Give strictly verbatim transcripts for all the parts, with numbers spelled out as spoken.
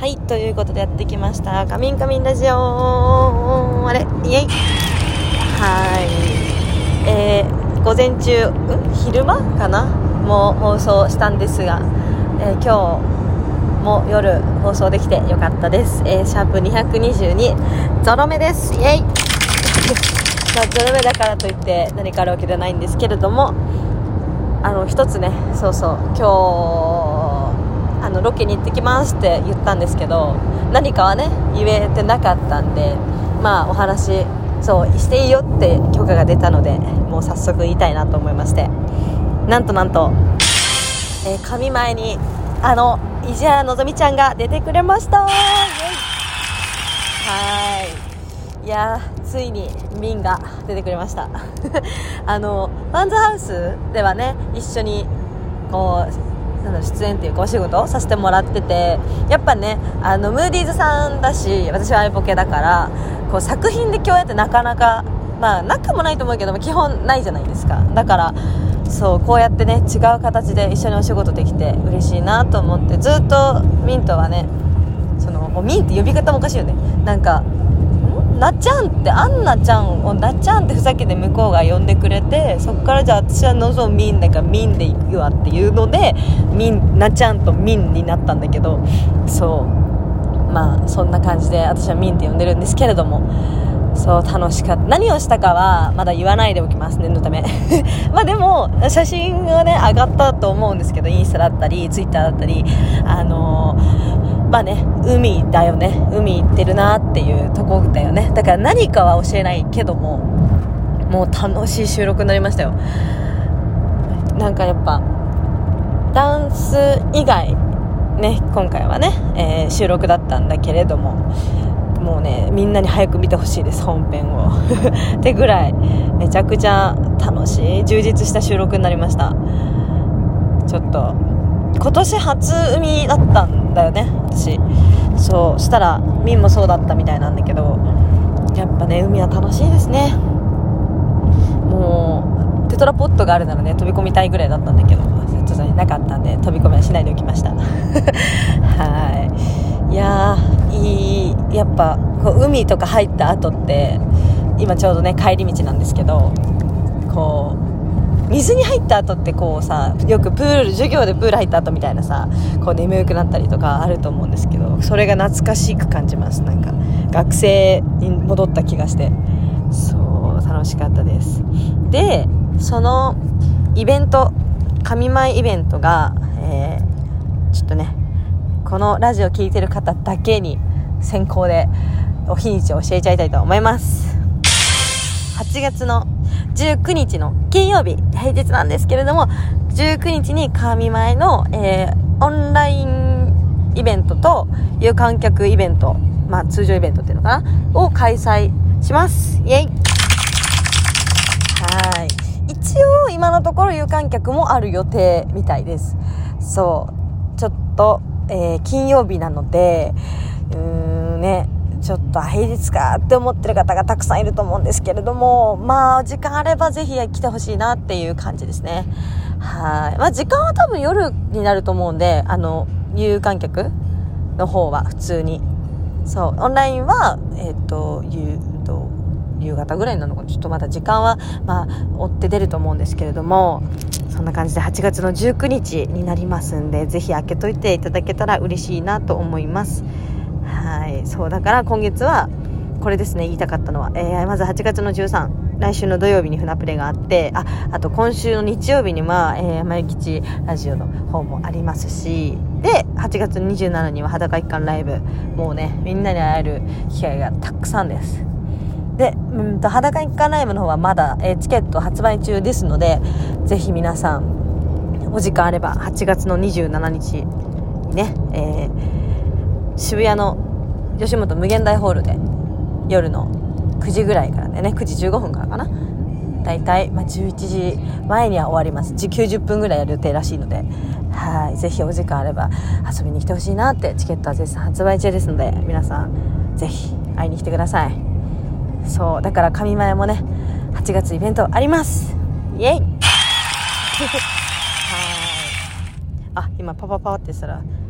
はい、ということでやってきましたカミンカミンラジオ、あれイエイ。はい、えー、午前中、ん昼間かなもう放送したんですが、えー、今日も夜放送できてよかったです。えー、シャープにひゃくにじゅうにゾロ目です。イエイまあ、ゾロ目だからといって何かあるわけではないんですけれども、あの一つね、そうそう今日あのロケに行ってきますって言ったんですけど、何かはね言えてなかったんで、まあお話そうしていいよって許可が出たので、もう早速言いたいなと思いまして、なんとなんと、えー、神前にあの伊地原のぞみちゃんが出てくれました。はい、いやついにミンが出てくれましたあのファンズハウスではね一緒にこうなんだろう出演っていうかお仕事をさせてもらってて、やっぱねあのムーディーズさんだし、私はアイポケだからこう作品で共演ってなかなかまあなくもないと思うけども基本ないじゃないですか。だからそうこうやってね違う形で一緒にお仕事できて嬉しいなと思って、ずっとミンとはねそのもうミンって呼び方もおかしいよね。なんかなっちゃんってアンナちゃんをなっちゃんってふざけて向こうが呼んでくれて、そっからじゃあ私はのぞみんだからミンで行くわっていうのでミンなっちゃんとミンになったんだけど、そうまあそんな感じで私はミンって呼んでるんですけれども、そう楽しかった。何をしたかはまだ言わないでおきます、念のためまあでも写真がね上がったと思うんですけど、インスタだったりツイッターだったり、あのーまあね、海だよね、海行ってるなっていうとこだよね。だから何かは教えないけども、もう楽しい収録になりましたよ。なんかやっぱダンス以外ね、今回はね、えー、収録だったんだけれども、もうねみんなに早く見てほしいです、本編をってぐらいめちゃくちゃ楽しい充実した収録になりました。ちょっと今年初海だったんだよね私。そうしたらミンもそうだったみたいなんだけど、やっぱね海は楽しいですね。もうテトラポットがあるならね飛び込みたいぐらいだったんだけど、ちょっとなかったんで飛び込みはしないでおきましたはい、いやーいい。やっぱこう海とか入った後って今ちょうどね帰り道なんですけど、こう水に入った後ってこうさ、よくプール授業でプール入った後みたいなさ、こう眠くなったりとかあると思うんですけど、それが懐かしく感じます。なんか学生に戻った気がして、そう楽しかったです。でそのイベント、神前イベントが、えー、ちょっとねこのラジオ聞いてる方だけに先行でお日にちを教えちゃいたいと思います。はちがつのじゅうくにちの金曜日、平日なんですけれども、じゅうくにちに神前の、えー、オンラインイベントと有観客イベント、まあ通常イベントっていうのかなを開催します。イエイ。はい、一応今のところ有観客もある予定みたいです。そうちょっと、えー、金曜日なのでうーんねちょっと平日かって思ってる方がたくさんいると思うんですけれども、まあ時間あればぜひ来てほしいなっていう感じですね。はい、まあ時間は多分夜になると思うんで、あの有観客の方は普通に、そうオンラインはえっと夕と夕方ぐらいなのかな、ちょっとまだ時間はまあ追って出ると思うんですけれども、そんな感じではちがつのじゅうくにちになりますんで、ぜひ開けといていただけたら嬉しいなと思います。はい、そうだから今月はこれですね、言いたかったのは、えー、まずはちがつのじゅうさん、来週の土曜日に船プレがあって、ああと今週の日曜日には、えー、まゆきちラジオの方もありますし、ではちがつにじゅうしちにちには裸一貫ライブ、もうねみんなに会える機会がたくさんです。でうんと裸一貫ライブの方はまだ、えー、チケット発売中ですので、ぜひ皆さんお時間あればはちがつのにじゅうしちにちにね、えー渋谷の吉本無限大ホールで夜のくじぐらいからね、くじじゅうごふんからかな、だいたい、まあ、じゅういちじまえには終わります。きゅうじゅっぷんぐらいやる予定らしいので、はい、ぜひお時間あれば遊びに来てほしいなって。チケットは絶賛発売中ですので、皆さんぜひ会いに来てください。そうだから神前もねはちがつイベントあります。イエイはい、あ今パパパってしたら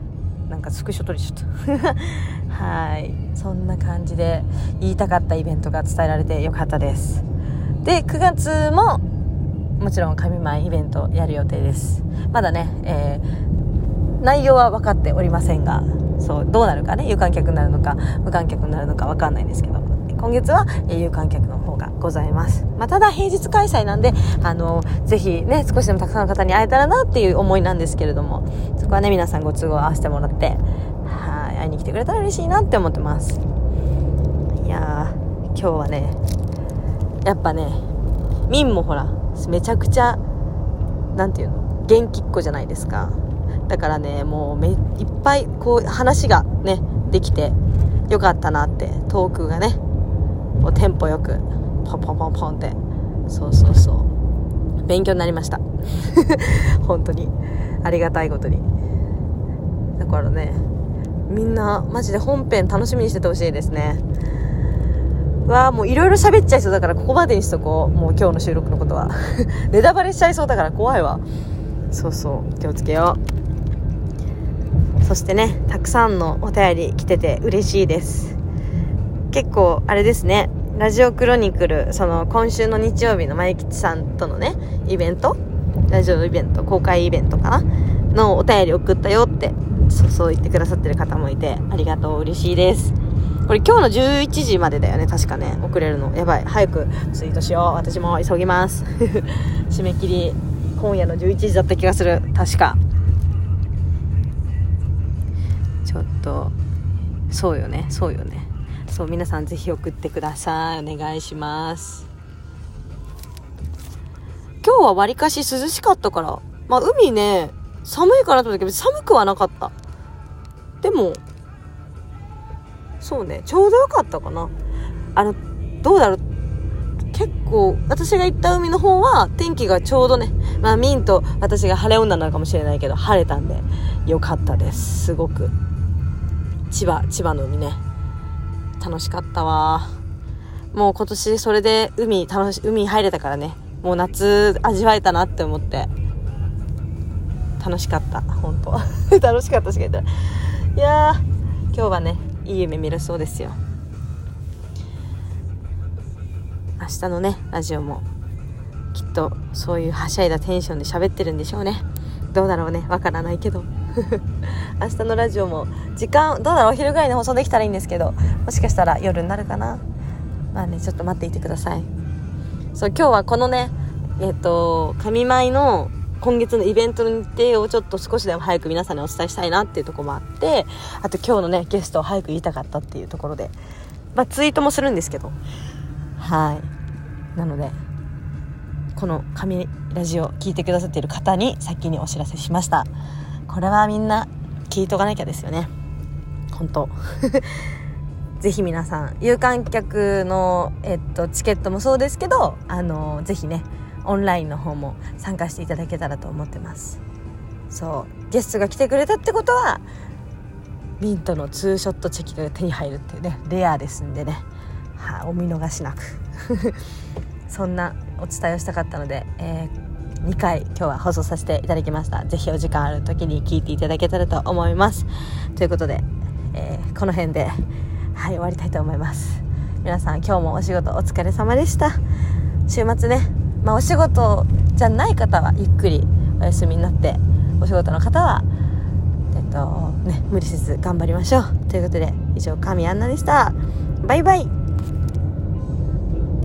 なんかスクショ撮りちゃったはい、そんな感じで言いたかったイベントが伝えられてよかったです。でくがつももちろん神前イベントやる予定です。まだね、えー、内容は分かっておりませんが、そうどうなるかね、有観客になるのか無観客になるのか分かんないんですけど、今月は有観客の方がございます。まあ、ただ平日開催なんで、あのぜひね少しでもたくさんの方に会えたらなっていう思いなんですけれども、そこはね皆さんご都合合わせてもらってはい会いに来てくれたら嬉しいなって思ってます。いやー今日はねやっぱねミンもほらめちゃくちゃなんていうの元気っ子じゃないですか。だからねもうめいっぱいこう話がねできてよかったなって、トークがねこうテンポよくポンポンポンポンって、そうそうそう勉強になりました本当にありがたいことに。だからねみんなマジで本編楽しみにしててほしいですね。わあもういろいろ喋っちゃいそうだからここまでにしとこう。もう今日の収録のことはネタバレしちゃいそうだから怖いわ。そうそう気をつけよう。そしてねたくさんのお便り来てて嬉しいです。結構あれですね、ラジオクロニクル、その今週の日曜日のまゆきちさんとのねイベント、ラジオイベント公開イベントかなのお便り送ったよってそうそう言ってくださってる方もいてありがとう、嬉しいです。これ今日のじゅういちじまでだよね確かね、送れるの。やばい早くツイートしよう、私も急ぎます締め切り今夜のじゅういちじだった気がする確か。ちょっとそうよねそうよねそう皆さんぜひ送ってください、お願いします。今日はわりかし涼しかったから、まあ海ね寒いかなと思ったけど寒くはなかった。でもそうねちょうどよかったかな。あのどうだろう、結構私が行った海の方は天気がちょうどね、まあミンと私が晴れ女なのかもしれないけど晴れたんでよかったです。すごく千葉千葉の海ね楽しかったわ。もう今年それで海楽し海入れたからね、もう夏味わえたなって思って楽しかった。本当楽しかったしか言ったら、いやー今日はねいい夢見れそうですよ。明日のねラジオもきっとそういうはしゃいだテンションで喋ってるんでしょうね。どうだろうねわからないけど明日のラジオも時間どうだろう、お昼ぐらいに放送できたらいいんですけど、もしかしたら夜になるかな。まあねちょっと待っていてください。そう今日はこのねえっと神舞の今月のイベントの日程をちょっと少しでも早く皆さんにお伝えしたいなっていうところもあって、あと今日のねゲストを早く言いたかったっていうところで、まあツイートもするんですけど、はいなのでこの神ラジオ聞いてくださっている方に先にお知らせしました。これはみんな聞いとかなきゃですよね本当ぜひ皆さん有観客の、えっと、チケットもそうですけど、あのぜひねオンラインの方も参加していただけたらと思ってます。そうゲストが来てくれたってことはミントのツーショットチェキが手に入るっていうねレアですんでね、はあ、お見逃しなくそんなお伝えをしたかったので、えー、にかい今日は放送させていただきました。ぜひお時間ある時に聞いていただけたらと思います。ということで、えー、この辺ではい終わりたいと思います。皆さん今日もお仕事お疲れ様でした。週末ね、まあ、お仕事じゃない方はゆっくりお休みになって、お仕事の方はえっとね無理せず頑張りましょう。ということで以上神アンナでした。バイバイ。